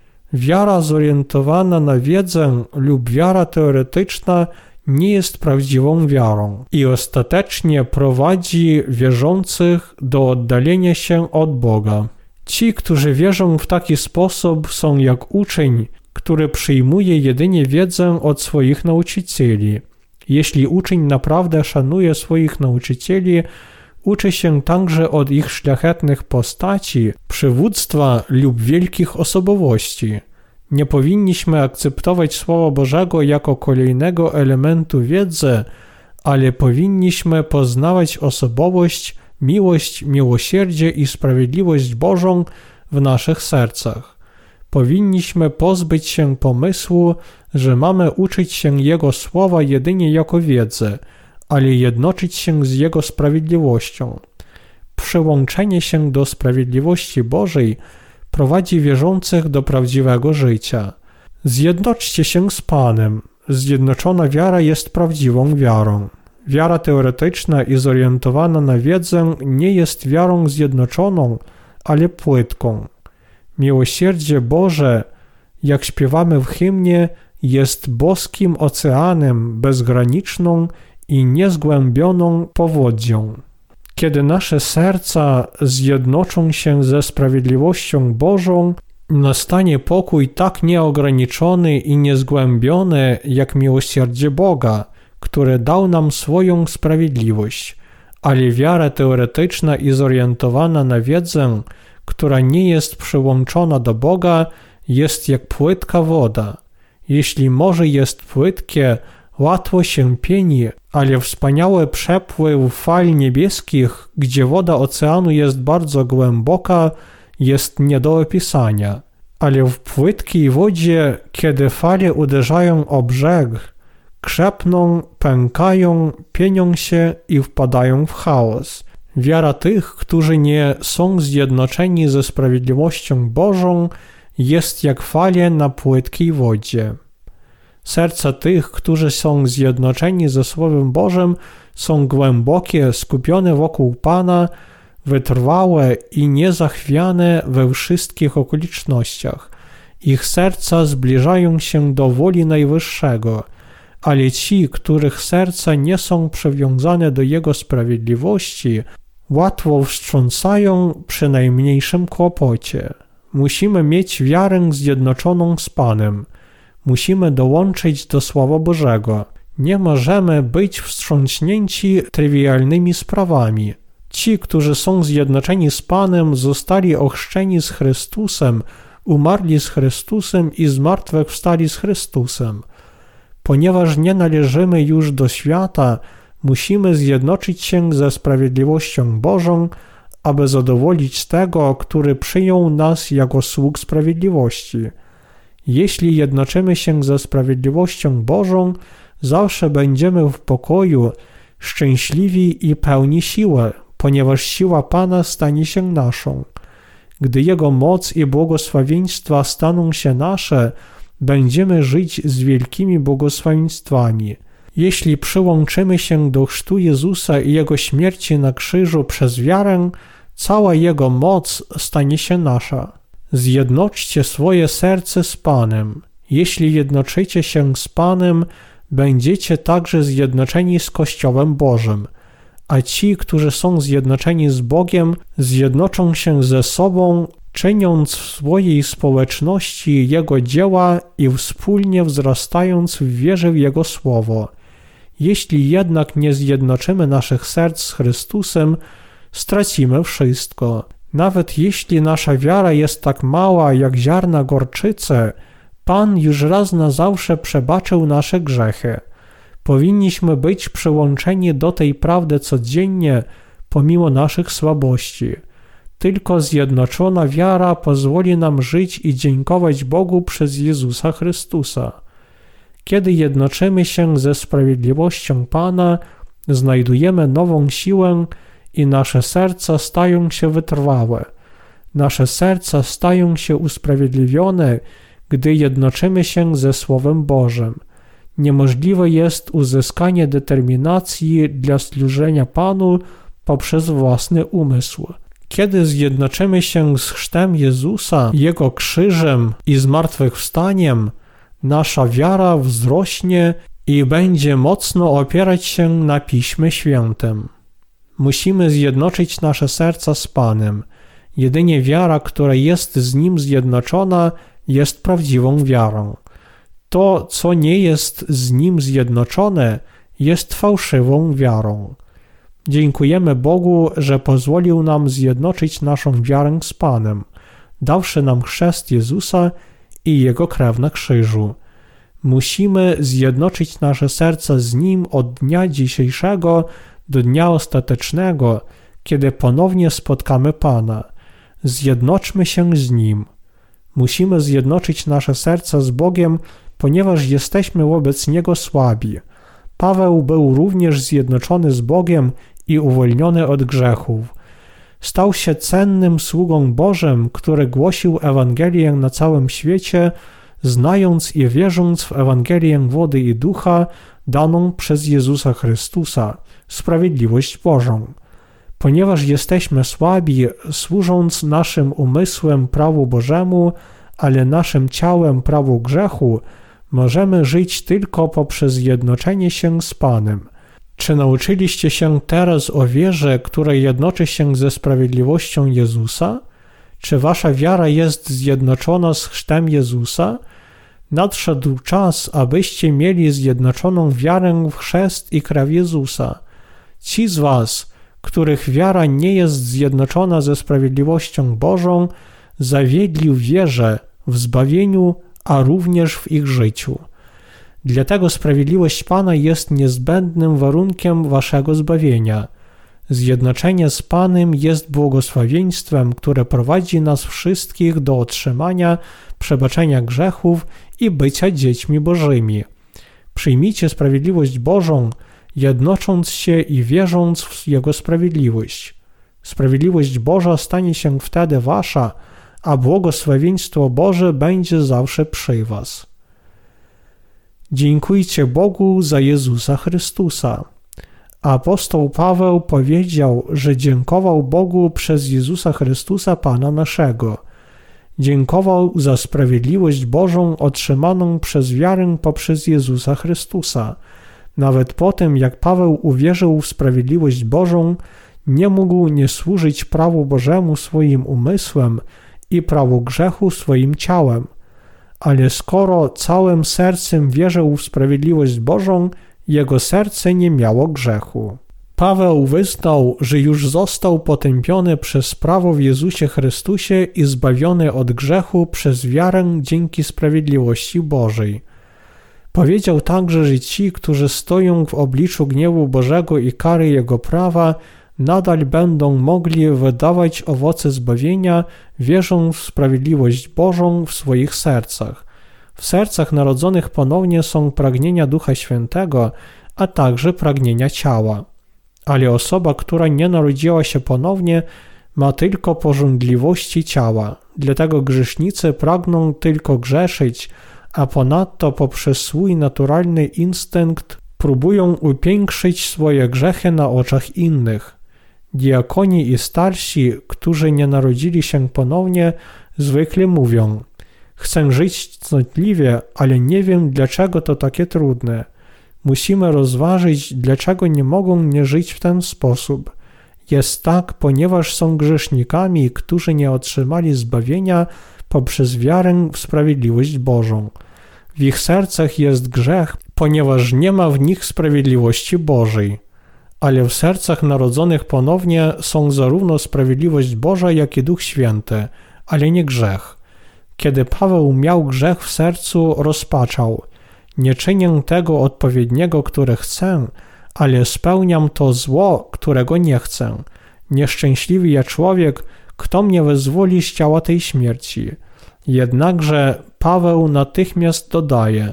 Speaker 1: Wiara zorientowana na wiedzę lub wiara teoretyczna nie jest prawdziwą wiarą i ostatecznie prowadzi wierzących do oddalenia się od Boga. Ci, którzy wierzą w taki sposób, są jak uczeń, który przyjmuje jedynie wiedzę od swoich nauczycieli. Jeśli uczeń naprawdę szanuje swoich nauczycieli, uczy się także od ich szlachetnych postaci, przywództwa lub wielkich osobowości. Nie powinniśmy akceptować Słowa Bożego jako kolejnego elementu wiedzy, ale powinniśmy poznawać osobowość, miłość, miłosierdzie i sprawiedliwość Bożą w naszych sercach. Powinniśmy pozbyć się pomysłu, że mamy uczyć się Jego Słowa jedynie jako wiedzy, ale jednoczyć się z Jego sprawiedliwością. Przyłączenie się do sprawiedliwości Bożej prowadzi wierzących do prawdziwego życia. Zjednoczcie się z Panem. Zjednoczona wiara jest prawdziwą wiarą. Wiara teoretyczna i zorientowana na wiedzę nie jest wiarą zjednoczoną, ale płytką. Miłosierdzie Boże, jak śpiewamy w hymnie, jest boskim oceanem, bezgraniczną i niezgłębioną powodzią. Kiedy nasze serca zjednoczą się ze sprawiedliwością Bożą, nastanie pokój tak nieograniczony i niezgłębiony jak miłosierdzie Boga, który dał nam swoją sprawiedliwość, ale wiara teoretyczna i zorientowana na wiedzę, która nie jest przyłączona do Boga, jest jak płytka woda. Jeśli morze jest płytkie, łatwo się pieni, ale wspaniały przepływ fal niebieskich, gdzie woda oceanu jest bardzo głęboka, jest nie do opisania. Ale w płytkiej wodzie, kiedy fale uderzają o brzeg, krzepną, pękają, pienią się i wpadają w chaos. Wiara tych, którzy nie są zjednoczeni ze sprawiedliwością Bożą, jest jak fale na płytkiej wodzie. Serca tych, którzy są zjednoczeni ze Słowem Bożym, są głębokie, skupione wokół Pana, wytrwałe i niezachwiane we wszystkich okolicznościach. Ich serca zbliżają się do woli Najwyższego, ale ci, których serca nie są przywiązane do Jego sprawiedliwości, łatwo wstrząsają przy najmniejszym kłopocie. Musimy mieć wiarę zjednoczoną z Panem. Musimy dołączyć do Słowa Bożego. Nie możemy być wstrząśnięci trywialnymi sprawami. Ci, którzy są zjednoczeni z Panem, zostali ochrzczeni z Chrystusem, umarli z Chrystusem i zmartwychwstali z Chrystusem. Ponieważ nie należymy już do świata, musimy zjednoczyć się ze sprawiedliwością Bożą, aby zadowolić tego, który przyjął nas jako sług sprawiedliwości. Jeśli jednoczymy się ze sprawiedliwością Bożą, zawsze będziemy w pokoju, szczęśliwi i pełni siły, ponieważ siła Pana stanie się naszą. Gdy Jego moc i błogosławieństwa staną się nasze, będziemy żyć z wielkimi błogosławieństwami. Jeśli przyłączymy się do chrztu Jezusa i Jego śmierci na krzyżu przez wiarę, cała Jego moc stanie się nasza. Zjednoczcie swoje serce z Panem. Jeśli jednoczycie się z Panem, będziecie także zjednoczeni z Kościołem Bożym, a ci, którzy są zjednoczeni z Bogiem, zjednoczą się ze sobą, czyniąc w swojej społeczności Jego dzieła i wspólnie wzrastając w wierze w Jego Słowo. Jeśli jednak nie zjednoczymy naszych serc z Chrystusem, stracimy wszystko. Nawet jeśli nasza wiara jest tak mała jak ziarna gorczycy, Pan już raz na zawsze przebaczył nasze grzechy. Powinniśmy być przyłączeni do tej prawdy codziennie, pomimo naszych słabości. Tylko zjednoczona wiara pozwoli nam żyć i dziękować Bogu przez Jezusa Chrystusa. Kiedy jednoczymy się ze sprawiedliwością Pana, znajdujemy nową siłę i nasze serca stają się wytrwałe. Nasze serca stają się usprawiedliwione, gdy jednoczymy się ze Słowem Bożym. Niemożliwe jest uzyskanie determinacji dla służenia Panu poprzez własny umysł. Kiedy zjednoczymy się z chrztem Jezusa, Jego krzyżem i zmartwychwstaniem, nasza wiara wzrośnie i będzie mocno opierać się na Piśmie Świętym. Musimy zjednoczyć nasze serca z Panem. Jedynie wiara, która jest z Nim zjednoczona, jest prawdziwą wiarą. To, co nie jest z Nim zjednoczone, jest fałszywą wiarą. Dziękujemy Bogu, że pozwolił nam zjednoczyć naszą wiarę z Panem, dawszy nam chrzest Jezusa i Jego krew na krzyżu. Musimy zjednoczyć nasze serca z Nim od dnia dzisiejszego do dnia ostatecznego, kiedy ponownie spotkamy Pana. Zjednoczmy się z Nim. Musimy zjednoczyć nasze serca z Bogiem, ponieważ jesteśmy wobec Niego słabi. Paweł był również zjednoczony z Bogiem i uwolniony od grzechów. Stał się cennym sługą Bożym, który głosił Ewangelię na całym świecie, znając i wierząc w Ewangelię wody i ducha daną przez Jezusa Chrystusa, sprawiedliwość Bożą. Ponieważ jesteśmy słabi, służąc naszym umysłem prawu Bożemu, ale naszym ciałem prawu grzechu, możemy żyć tylko poprzez zjednoczenie się z Panem. Czy nauczyliście się teraz o wierze, która jednoczy się ze sprawiedliwością Jezusa? Czy wasza wiara jest zjednoczona z chrztem Jezusa? Nadszedł czas, abyście mieli zjednoczoną wiarę w chrzest i krew Jezusa. Ci z was, których wiara nie jest zjednoczona ze sprawiedliwością Bożą, zawiedli w wierze, w zbawieniu, a również w ich życiu. Dlatego sprawiedliwość Pana jest niezbędnym warunkiem waszego zbawienia. Zjednoczenie z Panem jest błogosławieństwem, które prowadzi nas wszystkich do otrzymania przebaczenia grzechów i bycia dziećmi Bożymi. Przyjmijcie sprawiedliwość Bożą, jednocząc się i wierząc w Jego sprawiedliwość. Sprawiedliwość Boża stanie się wtedy wasza, a błogosławieństwo Boże będzie zawsze przy was. Dziękujcie Bogu za Jezusa Chrystusa. Apostoł Paweł powiedział, że dziękował Bogu przez Jezusa Chrystusa Pana naszego. Dziękował za sprawiedliwość Bożą otrzymaną przez wiarę poprzez Jezusa Chrystusa. Nawet po tym, jak Paweł uwierzył w sprawiedliwość Bożą, nie mógł nie służyć prawu Bożemu swoim umysłem i prawu grzechu swoim ciałem. Ale skoro całym sercem wierzył w sprawiedliwość Bożą, jego serce nie miało grzechu. Paweł wyznał, że już został potępiony przez prawo w Jezusie Chrystusie i zbawiony od grzechu przez wiarę dzięki sprawiedliwości Bożej. Powiedział także, że ci, którzy stoją w obliczu gniewu Bożego i kary Jego prawa, nadal będą mogli wydawać owoce zbawienia, wierząc w sprawiedliwość Bożą w swoich sercach. W sercach narodzonych ponownie są pragnienia Ducha Świętego, a także pragnienia ciała. Ale osoba, która nie narodziła się ponownie, ma tylko pożądliwości ciała. Dlatego grzesznicy pragną tylko grzeszyć, a ponadto poprzez swój naturalny instynkt próbują upiększyć swoje grzechy na oczach innych. Diakoni i starsi, którzy nie narodzili się ponownie, zwykle mówią: chcę żyć cnotliwie, ale nie wiem, dlaczego to takie trudne. Musimy rozważyć, dlaczego nie mogą nie żyć w ten sposób. Jest tak, ponieważ są grzesznikami, którzy nie otrzymali zbawienia poprzez wiarę w sprawiedliwość Bożą. W ich sercach jest grzech, ponieważ nie ma w nich sprawiedliwości Bożej. Ale w sercach narodzonych ponownie są zarówno sprawiedliwość Boża, jak i Duch Święty, ale nie grzech. Kiedy Paweł miał grzech w sercu, rozpaczał: nie czynię tego odpowiedniego, które chcę, ale spełniam to zło, którego nie chcę. Nieszczęśliwy ja człowiek, kto mnie wyzwoli z ciała tej śmierci? Jednakże Paweł natychmiast dodaje: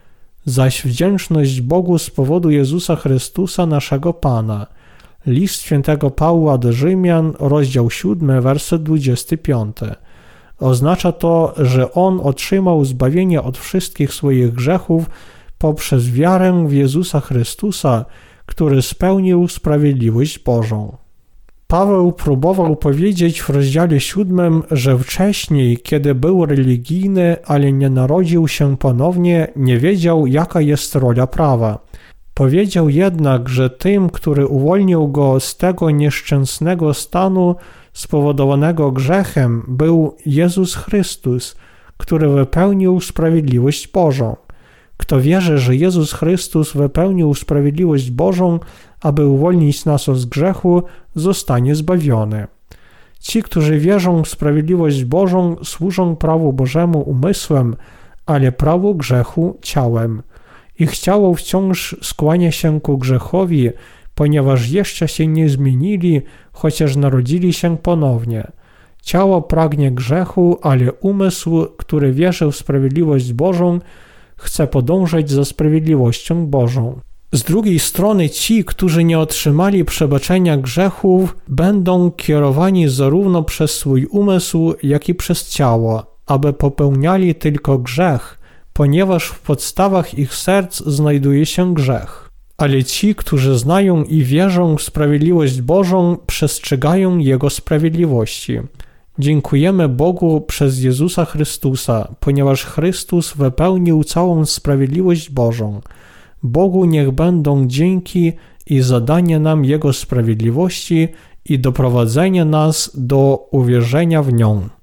Speaker 1: zaś wdzięczność Bogu z powodu Jezusa Chrystusa, naszego Pana. List świętego Pawła do Rzymian, rozdział siódmy, werset dwudziesty piąty. Oznacza to, że on otrzymał zbawienie od wszystkich swoich grzechów poprzez wiarę w Jezusa Chrystusa, który spełnił sprawiedliwość Bożą. Paweł próbował powiedzieć w rozdziale siódmym, że wcześniej, kiedy był religijny, ale nie narodził się ponownie, nie wiedział, jaka jest rola prawa. Powiedział jednak, że tym, który uwolnił go z tego nieszczęsnego stanu spowodowanego grzechem, był Jezus Chrystus, który wypełnił sprawiedliwość Bożą. Kto wierzy, że Jezus Chrystus wypełnił sprawiedliwość Bożą, aby uwolnić nas od grzechu, zostanie zbawiony. Ci, którzy wierzą w sprawiedliwość Bożą, służą prawu Bożemu umysłem, ale prawu grzechu ciałem. Ich ciało wciąż skłania się ku grzechowi, ponieważ jeszcze się nie zmienili, chociaż narodzili się ponownie. Ciało pragnie grzechu, ale umysł, który wierzy w sprawiedliwość Bożą, chce podążać za sprawiedliwością Bożą. Z drugiej strony ci, którzy nie otrzymali przebaczenia grzechów, będą kierowani zarówno przez swój umysł, jak i przez ciało, aby popełniali tylko grzech, ponieważ w podstawach ich serc znajduje się grzech. Ale ci, którzy znają i wierzą w sprawiedliwość Bożą, przestrzegają Jego sprawiedliwości. Dziękujemy Bogu przez Jezusa Chrystusa, ponieważ Chrystus wypełnił całą sprawiedliwość Bożą. Bogu niech będą dzięki i zadanie nam Jego sprawiedliwości i doprowadzenie nas do uwierzenia w nią.